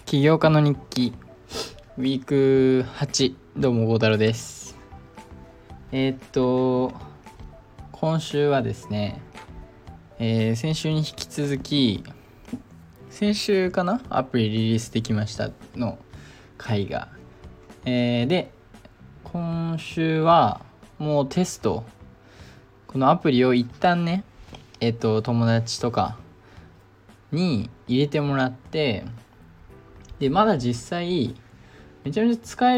起業家の日記ウィーク8。どうも、郷太郎です。今週はですね、先週に引き続き、先週かな、アプリリリースできましたの回が、で今週はもうテスト、このアプリを一旦ね、友達とかに入れてもらって、でまだ実際めちゃめちゃ使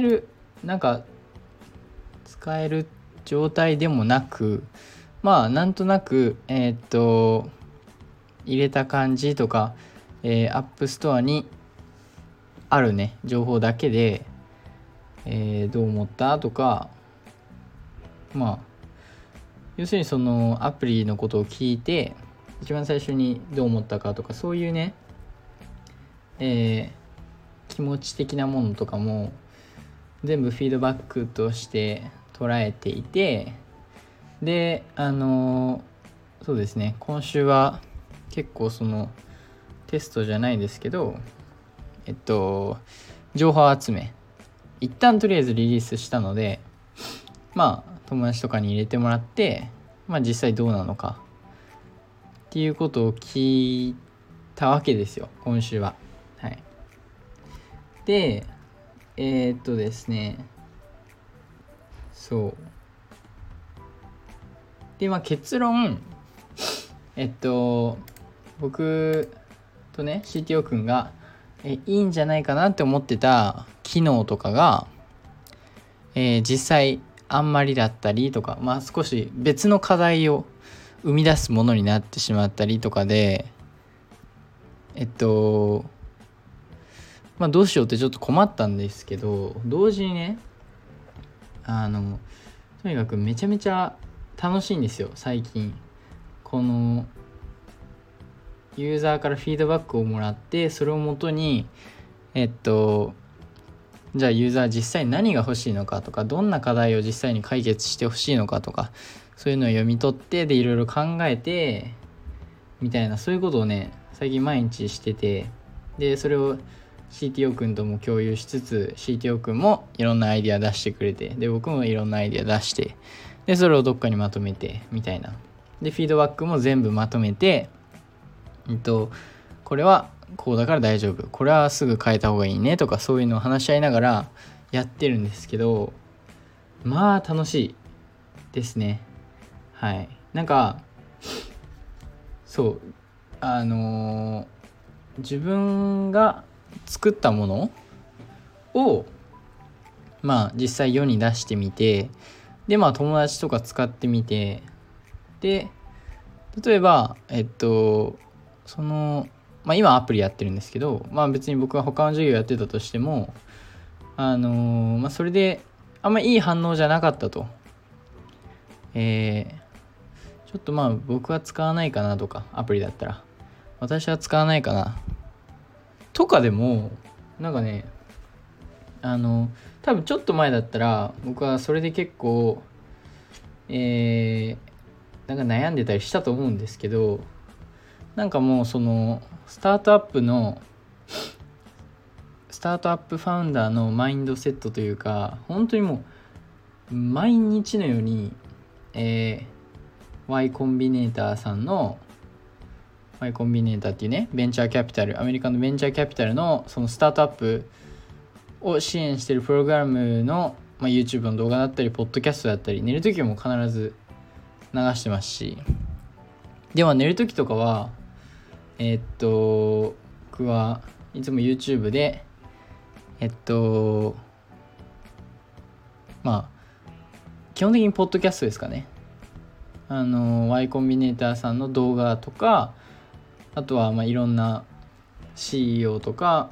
える状態でもなく、なんとなく入れた感じとか、アップストアにあるね情報だけで、どう思ったとか、要するにそのアプリのことを聞いて一番最初にどう思ったかとか、そういうね、気持ち的なものとかも全部フィードバックとして捉えていて、でそうですね、今週は結構そのテストじゃないですけど、情報集め一旦とりあえずリリースしたので、友達とかに入れてもらって、実際どうなのかっていうことを聞いたわけですよ、今週は。はい。でですね、そうで、結論、僕とね CTO 君がいいんじゃないかなって思ってた機能とかが、実際あんまりだったりとか、少し別の課題を生み出すものになってしまったりとかで、どうしようってちょっと困ったんですけど、同時にね、とにかくめちゃめちゃ楽しいんですよ最近。このユーザーからフィードバックをもらって、それをもとにじゃあユーザー実際何が欲しいのかとか、どんな課題を実際に解決してほしいのかとか、そういうのを読み取って、でいろいろ考えてみたいな、そういうことをね最近毎日してて、でそれを CTO 君とも共有しつつ、 CTO 君もいろんなアイディア出してくれて、で僕もいろんなアイディア出して、でそれをどっかにまとめてみたいな、でフィードバックも全部まとめて、これはこうだから大丈夫、これはすぐ変えた方がいいねとか、そういうのを話し合いながらやってるんですけど、楽しいですね。はい。そう自分が作ったものを実際世に出してみて、で友達とか使ってみて、で例えば今アプリやってるんですけど、別に僕は他の授業やってたとしても、それであんまいい反応じゃなかったと、ちょっと僕は使わないかなとか、アプリだったら私は使わないかなとかでも、多分ちょっと前だったら僕はそれで結構悩んでたりしたと思うんですけど、もうそのスタートアップファウンダーのマインドセットというか、本当にもう毎日のように、Y コンビネーターさんの Y コンビネーターっていうね、ベンチャーキャピタル、アメリカのベンチャーキャピタルのそのスタートアップを支援しているプログラムの、YouTube の動画だったりポッドキャストだったり、寝るときも必ず流してますし、で寝るときとかは僕はいつも YouTube で基本的にポッドキャストですかね。Y コンビネーターさんの動画とか、あとはいろんな CEO とか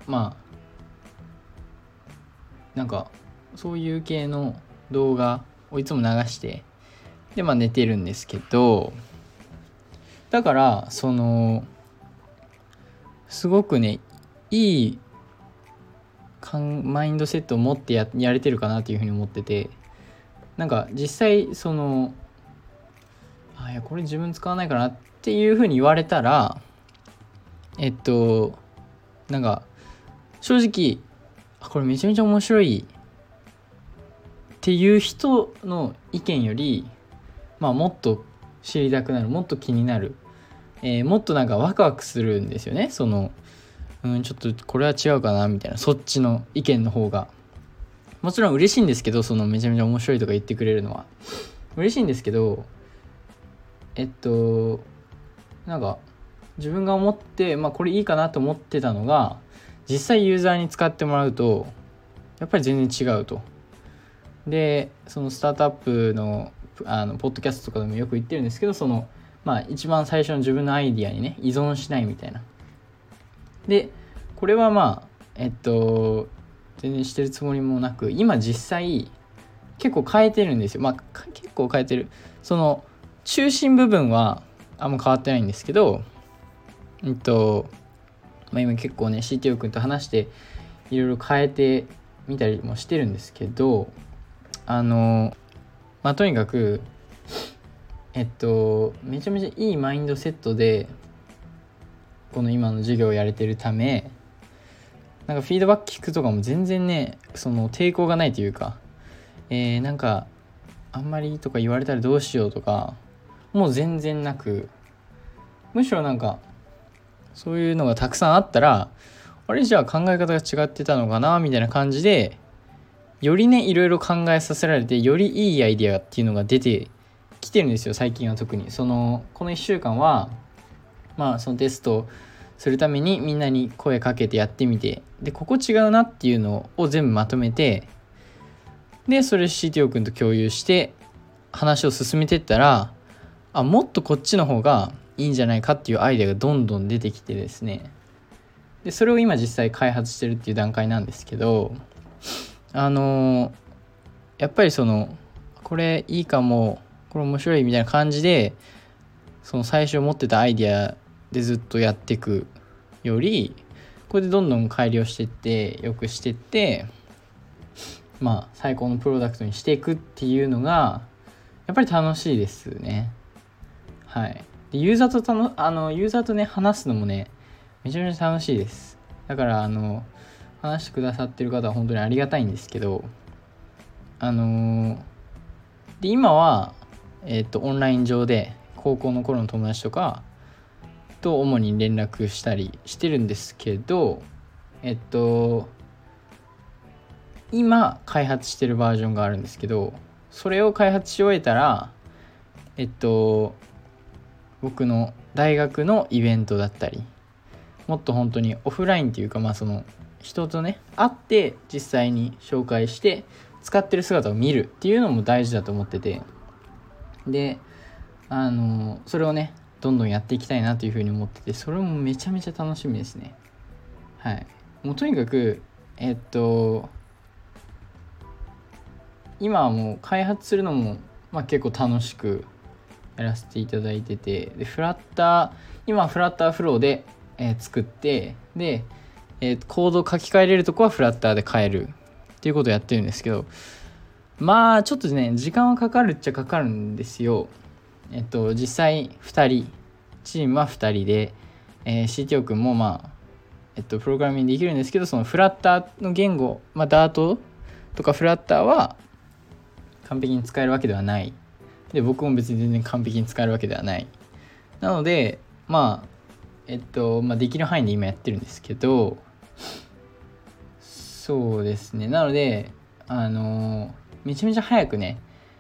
そういう系の動画をいつも流して、で寝てるんですけど、だからすごくねいいマインドセットを持ってやれてるかなっていうふうに思ってて、実際いやこれ自分使わないかなっていうふうに言われたら、 正直これめちゃめちゃ面白いっていう人の意見より、もっと知りたくなる、もっと気になる、もっとなんかワクワクするんですよね。ちょっとこれは違うかなみたいな、そっちの意見の方がもちろん嬉しいんですけど、めちゃめちゃ面白いとか言ってくれるのは嬉しいんですけど、なんか自分が思って、これいいかなと思ってたのが実際ユーザーに使ってもらうとやっぱり全然違うと。でそのスタートアップのポッドキャストとかでもよく言ってるんですけど、一番最初の自分のアイディアにね依存しないみたいな。でこれは全然してるつもりもなく、今実際結構変えてるんですよ。結構変えてる。その中心部分はあんま変わってないんですけど、今結構ね CTO 君と話していろいろ変えてみたりもしてるんですけど、とにかくめちゃめちゃいいマインドセットでこの今の授業をやれてるため、なんかフィードバック聞くとかも全然ね抵抗がないというか、なんかあんまりとか言われたらどうしようとかもう全然なく、むしろなんかそういうのがたくさんあったら、あれじゃあ考え方が違ってたのかなみたいな感じで、よりねいろいろ考えさせられて、よりいいアイデアっていうのが出てきてるんですよ最近は。特にこの1週間はそのテストするためにみんなに声かけてやってみて、でここ違うなっていうのを全部まとめて、でそれ CTO 君と共有して話を進めていったら、もっとこっちの方がいいんじゃないかっていうアイデアがどんどん出てきてですね、でそれを今実際開発してるっていう段階なんですけど、やっぱりこれいいかも、これ面白いみたいな感じで最初持ってたアイデアでずっとやっていくより、これでどんどん改良していって良くしていって、最高のプロダクトにしていくっていうのがやっぱり楽しいですね。はい。でユーザーとね話すのもねめちゃめちゃ楽しいです。だから話してくださってる方は本当にありがたいんですけど、で今はオンライン上で高校の頃の友達とかと主に連絡したりしてるんですけど、今開発してるバージョンがあるんですけど、それを開発し終えたら僕の大学のイベントだったり、もっと本当にオフラインっていうか人とね会って実際に紹介して使ってる姿を見るっていうのも大事だと思ってて、でそれをねどんどんやっていきたいなというふうに思ってて、それもめちゃめちゃ楽しみですね。はい。もうとにかく今はもう開発するのも結構楽しくやらせていただいてて、で今フラッターフローで、作って、で、コードを書き換えれるとこはフラッターで変えるっていうことをやってるんですけど、ちょっとね時間はかかるっちゃかかるんですよ。実際2人チームは2人で、CTO 君もプログラミングできるんですけど、そのフラッターの言語、ダートとかフラッターは完璧に使えるわけではない。で僕も別に全然完璧に使えるわけではない。なのでできる範囲で今やってるんですけど、そうですね。なのでめちゃめちゃ早くね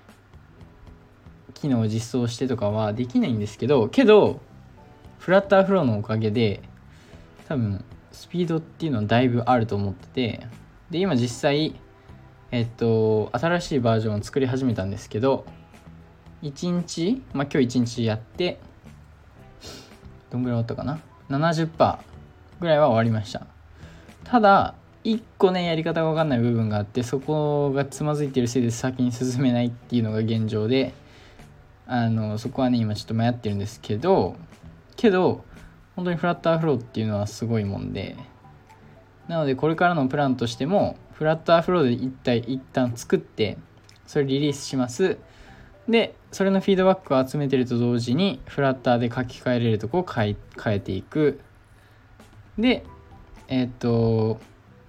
機能を実装してとかはできないんですけど、フラッターフローのおかげで多分スピードっていうのはだいぶあると思ってて、で今実際新しいバージョンを作り始めたんですけど、今日1日やってどんぐらい終わったかな、 70% ぐらいは終わりました。ただ1個ねやり方が分かんない部分があって、そこがつまずいてるせいで先に進めないっていうのが現状で、そこはね今ちょっと迷ってるんですけど本当にフラッターフローっていうのはすごいもんで、なのでこれからのプランとしてもフラッターフローで一旦作ってそれリリースします。でそれのフィードバックを集めてると同時にフラッターで書き換えれるとこを変えていく。で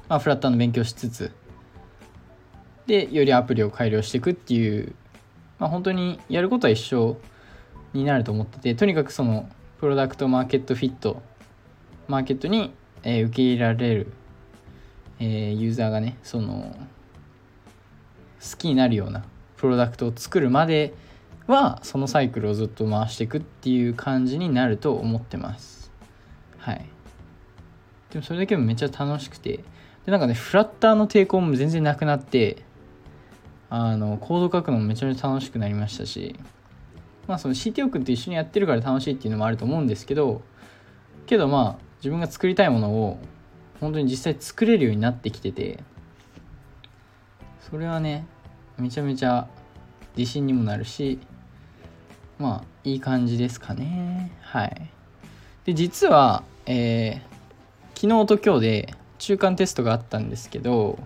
フラッターの勉強しつつでよりアプリを改良していくっていう、本当にやることは一緒になると思ってて、とにかくそのプロダクトマーケットフィットマーケットに、受け入れられる、ユーザーがねその好きになるようなプロダクトを作るまではそのサイクルをずっと回していくっていう感じになると思ってます。はい。でもそれだけでもめっちゃ楽しくて、でなんかねフラッターの抵抗も全然なくなって、コード書くのもめちゃめちゃ楽しくなりましたし、その CTO 君と一緒にやってるから楽しいっていうのもあると思うんですけど、自分が作りたいものを本当に実際作れるようになってきてて、それはねめちゃめちゃ自信にもなるし、いい感じですかね。はい。で実は、昨日と今日で中間テストがあったんですけど、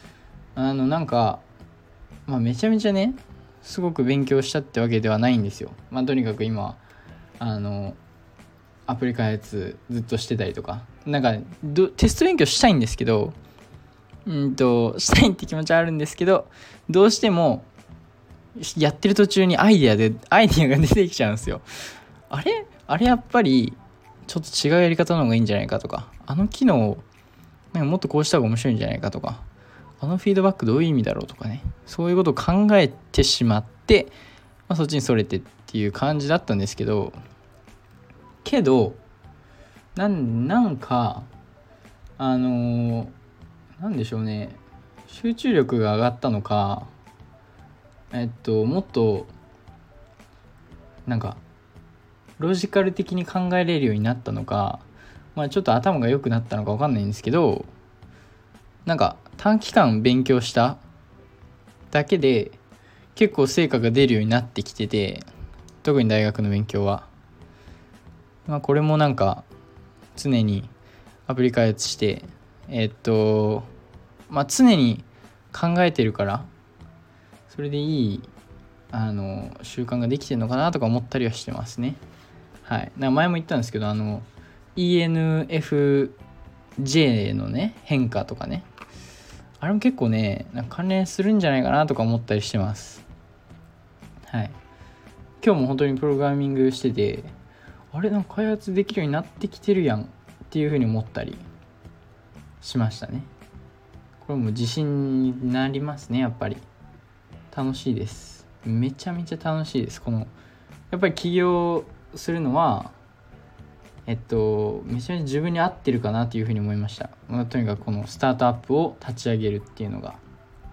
めちゃめちゃねすごく勉強したってわけではないんですよ。とにかく今アプリ開発ずっとしてたりとか、テスト勉強したいんですけど、したいって気持ちはあるんですけど、どうしてもやってる途中にアイデアが出てきちゃうんですよ。あれやっぱりちょっと違うやり方の方がいいんじゃないかとか、あの機能もっとこうした方が面白いんじゃないかとか、あのフィードバックどういう意味だろうとかね、そういうことを考えてしまって、そっちにそれてっていう感じだったんですけど、なんかなんでしょうね、集中力が上がったのか、もっとロジカル的に考えれるようになったのか、ちょっと頭が良くなったのか分かんないんですけど、短期間勉強しただけで結構成果が出るようになってきてて、特に大学の勉強は、これも常にアプリ開発して常に考えてるから、それでいい習慣ができてるのかなとか思ったりはしてますね。はい。前も言ったんですけど、ENFJ のね変化とかね、あれも結構ね関連するんじゃないかなとか思ったりしてます。はい。今日も本当にプログラミングしてて、開発できるようになってきてるやんっていう風に思ったりしましたね。これも自信になりますね。やっぱり楽しいです。めちゃめちゃ楽しいです。やっぱり起業するのはめちゃめちゃ自分に合ってるかなというふうに思いました。とにかくこのスタートアップを立ち上げるっていうのが、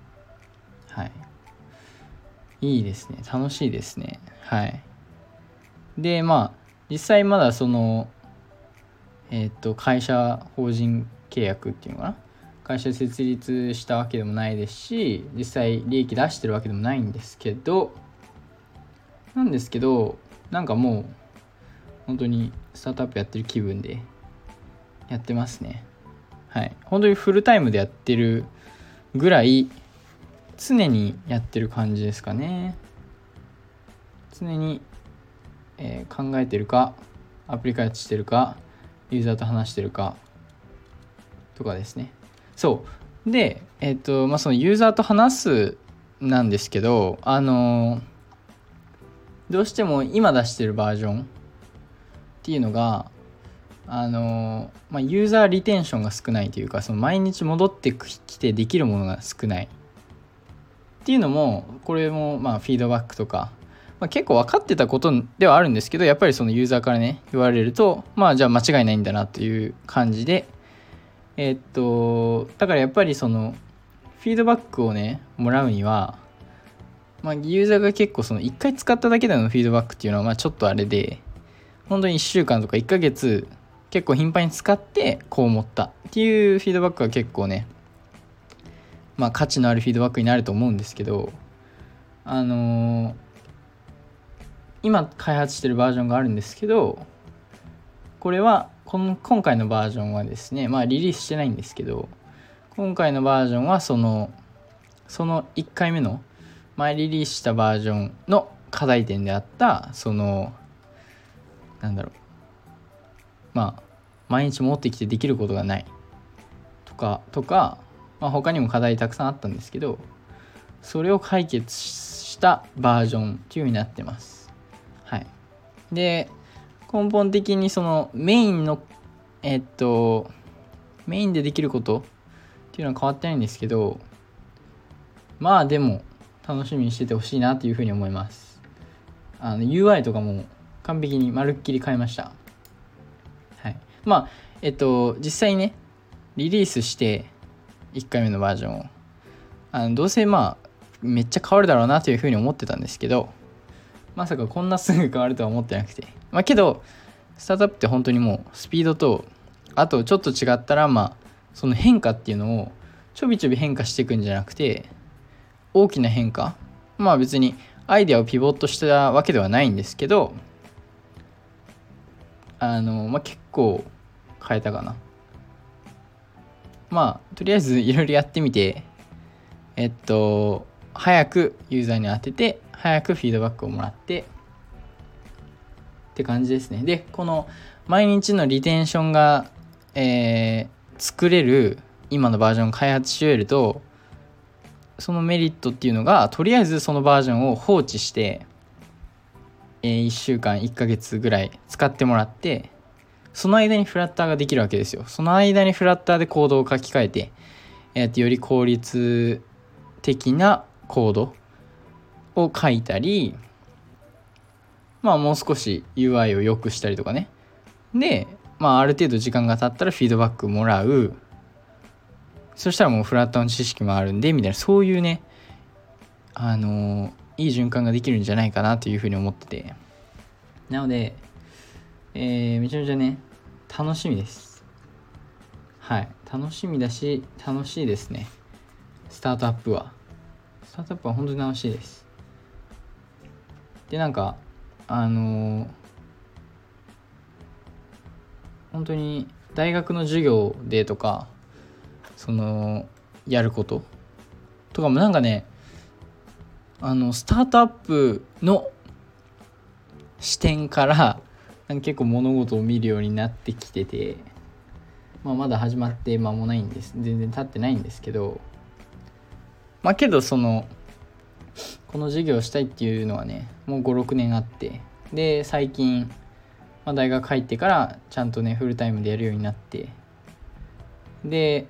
いいですね。楽しいですね。はい。で実際まだその会社法人契約っていうのかな、会社設立したわけでもないですし、実際利益出してるわけでもないんですけど、もう本当にスタートアップやってる気分でやってますね。はい。本当にフルタイムでやってるぐらい常にやってる感じですかね。常に、考えてるか、アプリ開発してるか、ユーザーと話してるかとかですね。そうで、そのユーザーと話すなんですけど、どうしても今出してるバージョンっていうのがユーザーリテンションが少ないというか、その毎日戻ってきてできるものが少ないっていうのも、これもフィードバックとか、結構分かってたことではあるんですけど、やっぱりそのユーザーからね言われると、じゃあ間違いないんだなという感じで、だからやっぱりそのフィードバックをねもらうには、ユーザーが結構その1回使っただけでのフィードバックっていうのはちょっとあれで、本当に1週間とか1ヶ月結構頻繁に使ってこう思ったっていうフィードバックは結構ね価値のあるフィードバックになると思うんですけど、今開発してるバージョンがあるんですけど、これは今回のバージョンはですね、リリースしてないんですけど、今回のバージョンはその1回目の前リリースしたバージョンの課題点であった、毎日持ってきてできることがないととか、他にも課題たくさんあったんですけど、それを解決したバージョンっていう風になってます。はい。で、根本的にそのメインのメインでできることっていうのは変わってないんですけど、でも楽しみにしててほしいなというふうに思います。UI とかも完璧にまるっきり変えました。はい。実際ねリリースして1回目のバージョンをどうせめっちゃ変わるだろうなというふうに思ってたんですけど、まさかこんなすぐ変わるとは思ってなくて、けどスタートアップって本当にもうスピードと、あとちょっと違ったらその変化っていうのをちょびちょび変化していくんじゃなくて、大きな変化、別にアイデアをピボットしたわけではないんですけど、結構変えたかな。とりあえずいろいろやってみて、早くユーザーに当てて早くフィードバックをもらってって感じですね。で、この毎日のリテンションが、作れる今のバージョンを開発し終えると、そのメリットっていうのが、とりあえずそのバージョンを放置して、1週間1ヶ月ぐらい使ってもらって、その間にフラッターができるわけですよ。その間にフラッターでコードを書き換えて、より効率的なコードを書いたり、もう少し UI を良くしたりとかね。で、ある程度時間が経ったらフィードバックもらう。そしたらもうフラッターの知識もあるんで、みたいな、そういうね、いい循環ができるんじゃないかなというふうに思ってて。なので、めちゃめちゃね、楽しみです。はい。楽しみだし、楽しいですね。スタートアップは本当に楽しいです。で、本当に大学の授業でとか、やることとかもスタートアップの視点から結構物事を見るようになってきてて、まだ始まって間もないんです。全然経ってないんですけど、けどこの授業をしたいっていうのはね、もう 5,6 年あって、で最近、大学入ってからちゃんとねフルタイムでやるようになって、で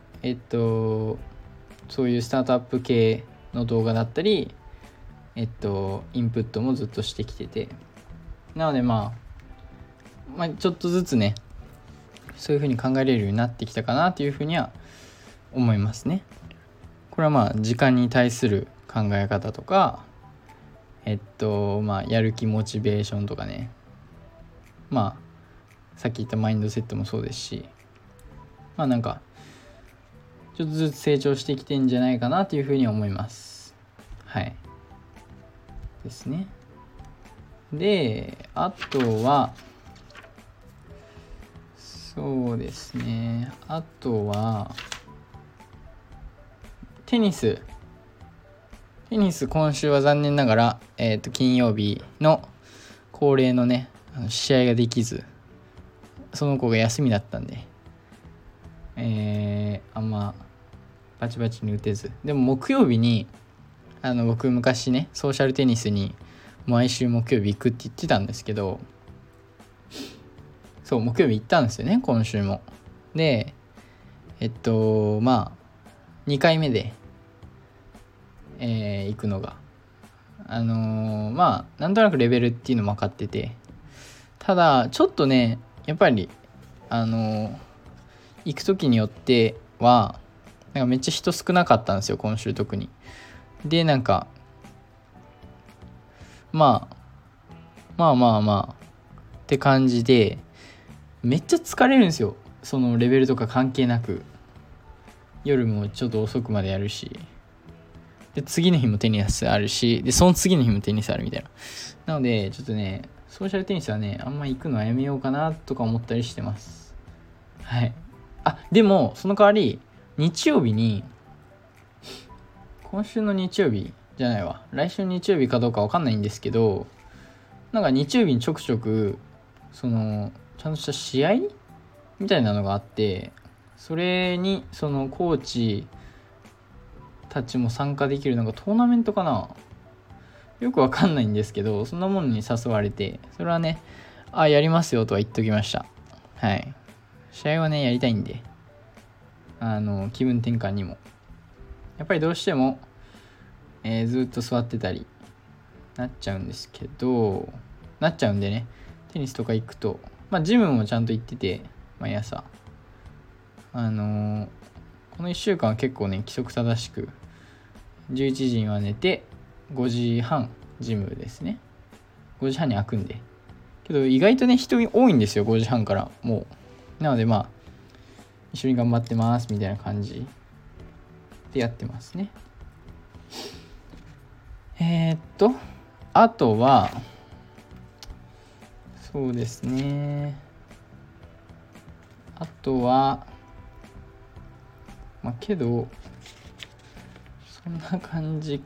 そういうスタートアップ系の動画だったりインプットもずっとしてきてて、なのでちょっとずつねそういう風に考えれるようになってきたかなというふうには思いますね。これは時間に対する考え方とかやる気モチベーションとかね、さっき言ったマインドセットもそうですし、ちょっとずつ成長してきてんじゃないかなというふうに思います。はいですね。で、あとはそうですね、あとはテニス今週は残念ながら、金曜日の恒例のね試合ができず、その子が休みだったんで、あんまバチバチに打てず、でも木曜日に僕昔ねソーシャルテニスに毎週木曜日行くって言ってたんですけど、そう木曜日行ったんですよね今週も。で2回目で、行くのがなんとなくレベルっていうのも分かってて、ただちょっとねやっぱり行く時によってはめっちゃ人少なかったんですよ今週特に。でって感じでめっちゃ疲れるんですよ、そのレベルとか関係なく。夜もちょっと遅くまでやるし、で次の日もテニスあるし、でその次の日もテニスあるみたいな。なのでちょっとねソーシャルテニスはねあんま行くのはやめようかなとか思ったりしてます。はい。でもその代わり日曜日に、今週の日曜日じゃないわ、来週の日曜日かどうか分かんないんですけど、日曜日にちょくちょくちゃんとした試合みたいなのがあって、 それにそのコーチたちも参加できる、なんかトーナメントかな、よくわかんないんですけど、そんなものに誘われて、それはね、やりますよとは言っときました。はい。試合はね、やりたいんで、気分転換にも。やっぱりどうしても、ずっと座ってたり、なっちゃうんですけど、なっちゃうんでね、テニスとか行くと、ジムもちゃんと行ってて、毎朝。この1週間は結構ね、規則正しく、11時には寝て、5時半ジムですね。5時半に開くんで。けど意外とね、人多いんですよ、5時半からもう。なので一緒に頑張ってますみたいな感じでやってますね。あとはそうですね、あとはけどそんな感じ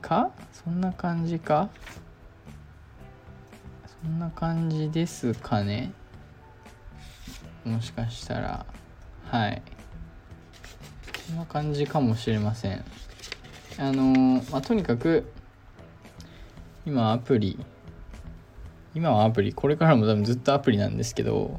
ですかね、もしかしたら。はい、そんな感じかもしれません。とにかく今はアプリ、これからも多分ずっとアプリなんですけど、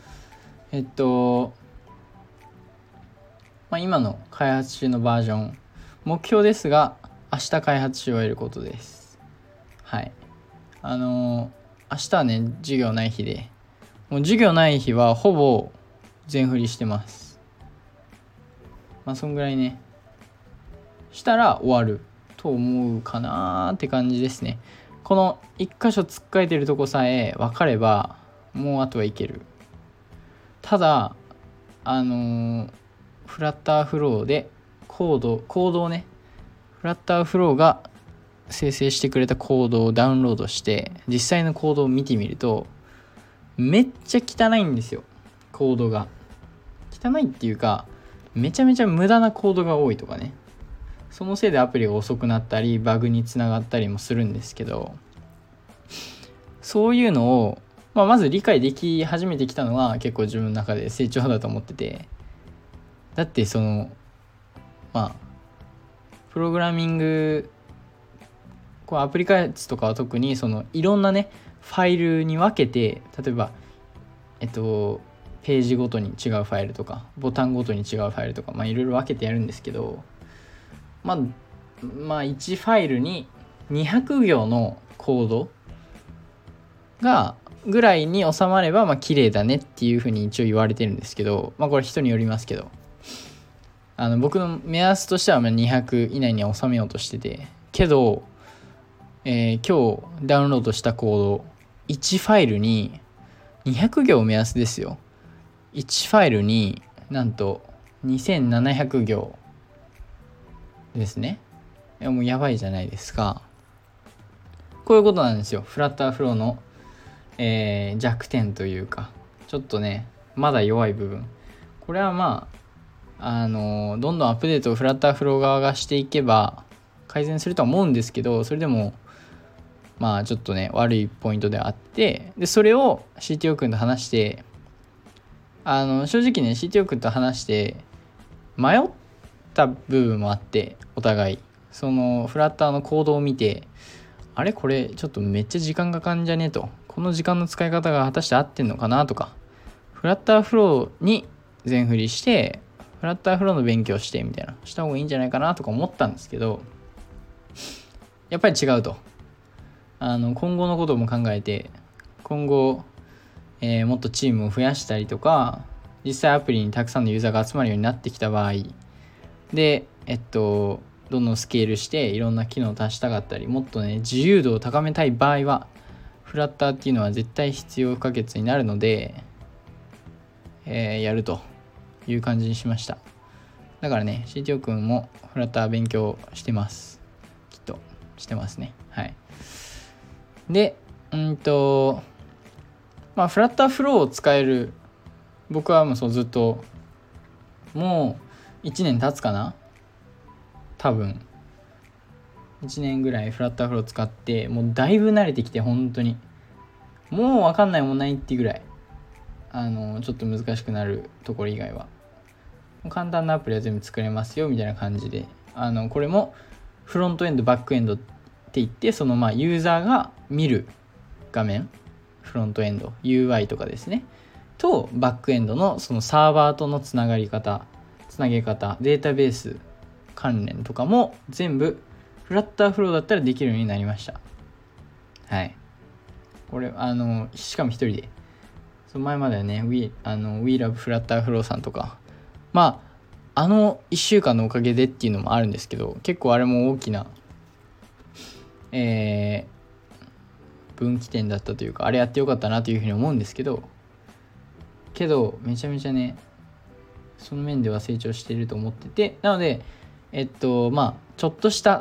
今の開発中のバージョン、目標ですが明日開発し終えることです。はい。明日はね、授業ない日で、もう授業ない日はほぼ全振りしてます。そんぐらいね、したら終わると思うかなーって感じですね。この一箇所つっかえてるとこさえ分かれば、もうあとはいける。ただフラッターフローでコードをね、フラッターフローが生成してくれたコードをダウンロードして実際のコードを見てみると、めっちゃ汚いんですよ。コードが汚いっていうか、めちゃめちゃ無駄なコードが多いとかね、そのせいでアプリが遅くなったりバグにつながったりもするんですけど、そういうのを、まず理解でき始めてきたのは結構自分の中で成長だと思ってて、だってプログラミング、アプリ開発とかは特にいろんなねファイルに分けて、例えばページごとに違うファイルとかボタンごとに違うファイルとかいろいろ分けてやるんですけど、1ファイルに200行のコードがぐらいに収まれば綺麗だねっていうふうに一応言われてるんですけど、これ人によりますけど、僕の目安としては200以内には収めようとしてて、けど、今日ダウンロードしたコード1ファイルに200行目安ですよ。1ファイルになんと2700行ですね。もうやばいじゃないですか。こういうことなんですよ、フラッターフローの、弱点というか、ちょっとねまだ弱い部分。これはどんどんアップデートをフラッターフロー側がしていけば改善するとは思うんですけど、それでもちょっとね悪いポイントであって、でそれを CTO 君と話して、正直ね CTO 君と話して迷った部分もあって、お互いそのフラッターのコードを見て、あれこれちょっとめっちゃ時間かかんじゃねえと、この時間の使い方が果たして合ってんのかなとか、フラッターフローに全振りしてフラッターフローの勉強してみたいなした方がいいんじゃないかなとか思ったんですけど、やっぱり違うと。今後のことも考えて、今後、もっとチームを増やしたりとか、実際アプリにたくさんのユーザーが集まるようになってきた場合で、どんどんスケールしていろんな機能を足したかったり、もっとね自由度を高めたい場合はフラッターっていうのは絶対必要不可欠になるので、やるという感じにしました。だからね CTO 君もフラッター勉強してます。きっとしてますね。はい。でフラッターフローを使える、僕はもうずっともう1年経つかな、多分1年ぐらいフラッターフロー使って、もうだいぶ慣れてきて、本当にもう分かんないもんないっていうぐらいちょっと難しくなるところ以外は簡単なアプリは全部作れますよみたいな感じで、これもフロントエンドバックエンドって言って、そのユーザーが見る画面、フロントエンド UI とかですねと、バックエンドのそのサーバーとのつなげ方、データベース関連とかも全部フラッターフローだったらできるようになりました。はい。これしかも一人で、その前まではね We Love Flutter Flow さんとか、1週間のおかげでっていうのもあるんですけど、結構あれも大きな分岐点だったというか、あれやってよかったなというふうに思うんですけどめちゃめちゃね、その面では成長していると思ってて、なのでちょっとした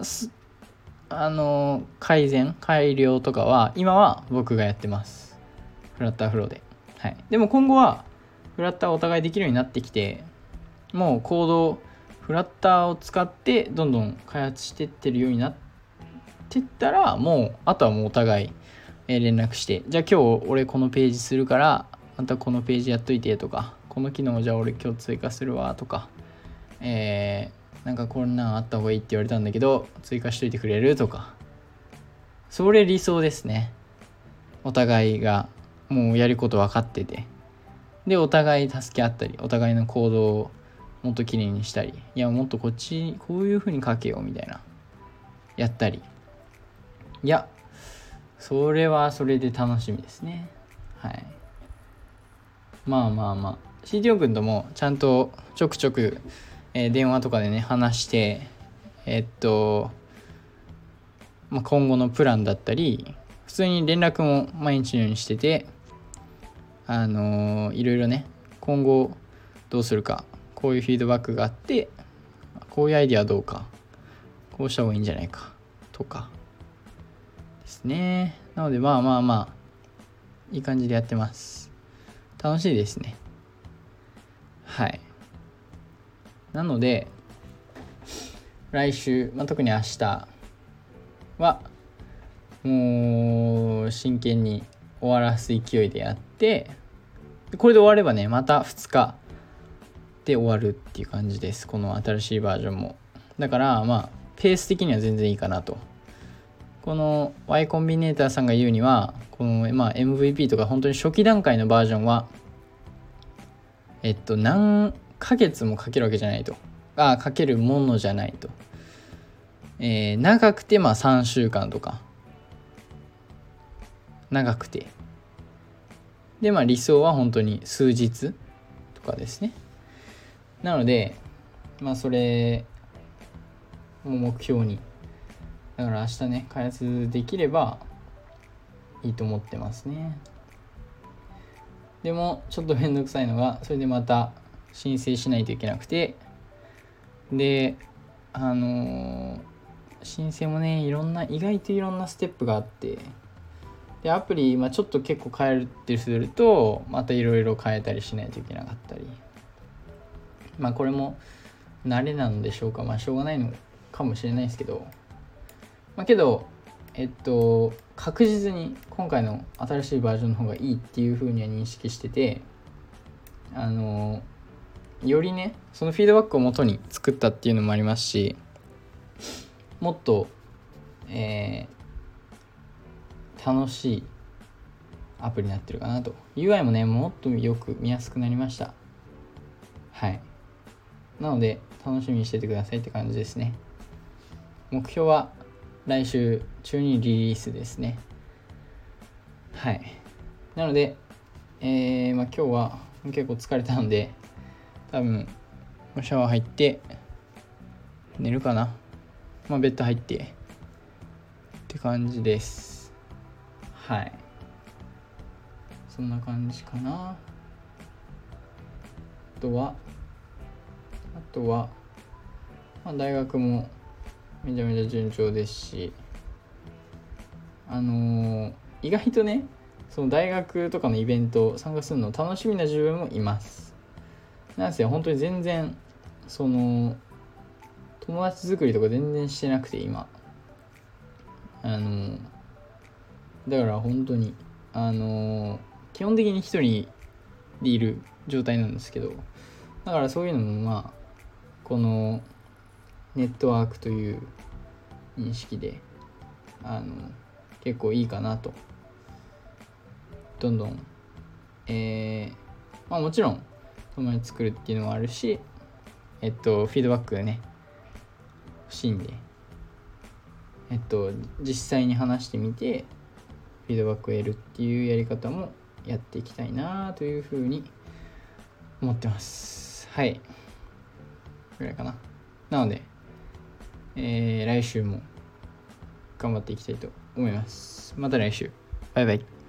改良とかは今は僕がやってます、フラッターフローで。はい。でも今後はフラッターお互いできるようになってきて、もうコードフラッターを使ってどんどん開発してってるようになってったら、もうあとはもうお互い連絡して、じゃあ今日俺このページするからまたこのページやっといてとか、この機能じゃあ俺今日追加するわとか、なんかこんなんあった方がいいって言われたんだけど追加しといてくれるとか、それ理想ですね。お互いがもうやること分かってて、でお互い助け合ったり、お互いの行動をもっときれいにしたり、いやもっとこっちこういう風に書けよみたいなやったり、いやそれはそれで楽しみですね。はい。CTO 君ともちゃんとちょくちょく、電話とかでね話して、今後のプランだったり、普通に連絡も毎日のようにしてて、いろいろね、今後どうするか、こういうフィードバックがあって、こういうアイディアどうか、こうした方がいいんじゃないかとかですね。なのでいい感じでやってます。楽しいですね。はい。なので来週、特に明日はもう真剣に終わらす勢いでやって、これで終わればね、また2日で終わるっていう感じです。この新しいバージョンも。だからペース的には全然いいかなと。この Y コンビネーターさんが言うには、このMVP とか本当に初期段階のバージョンは何ヶ月もかけるわけじゃないと、かけるものじゃないと、長くて3週間とか、長くてで理想は本当に数日とかですね。なのでそれを目標に、だから明日ね開発できればいいと思ってますね。でもちょっとめんどくさいのが、それでまた申請しないといけなくて、で申請もね意外といろんなステップがあって、でアプリちょっと結構変えるってするとまたいろいろ変えたりしないといけなかったり、これも慣れなのでしょうか。しょうがないのかもしれないですけど、けど確実に今回の新しいバージョンの方がいいっていう風には認識してて、よりねそのフィードバックを元に作ったっていうのもありますし、もっと、楽しいアプリになってるかなと。 UI もねもっとよく見やすくなりました。はい。なので楽しみにしててくださいって感じですね。目標は来週中にリリースですね。はい。なので、今日は結構疲れたので、多分シャワー入って寝るかな。ベッド入ってって感じです。はい。そんな感じかな。あとは、大学もめちゃめちゃ順調ですし、意外とねその大学とかのイベント参加するの楽しみな自分もいます。なんせ本当に全然その友達作りとか全然してなくて今、だから本当に基本的に一人でいる状態なんですけど、 だからそういうのもまあこのネットワークという認識で結構いいかなと。どんどんまあもちろん友達作るっていうのもあるし、フィードバックね欲しいんで、実際に話してみてフィードバックを得るっていうやり方もやっていきたいなというふうに思ってます。はい、ぐらいかな。なので、来週も頑張っていきたいと思います。また来週。バイバイ。